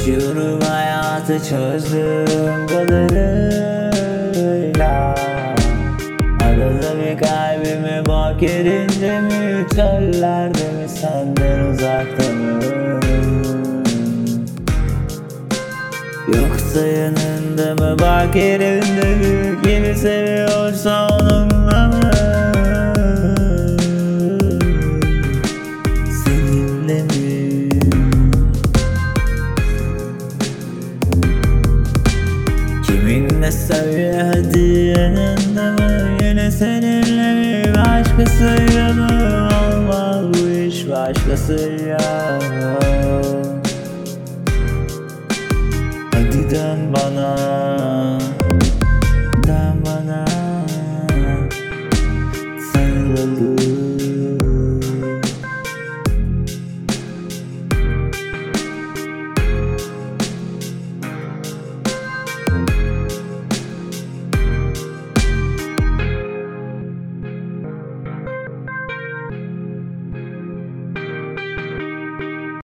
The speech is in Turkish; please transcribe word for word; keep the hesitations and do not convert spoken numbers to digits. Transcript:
Yaşıyorum hayatı çözdüğüm kadarıyla. Arada bir kalbime bak, yerinde mi, çöllerde mi, senden uzakta mı? Yoksa yanında mı, bak yerinde mi, kimi seviyorsa onunla mı? Seninle mi? Kiminle söyle hadi, yanında mı, yine seninle mi, başkasıyla mı? Olmaz bu iş başkasıyla.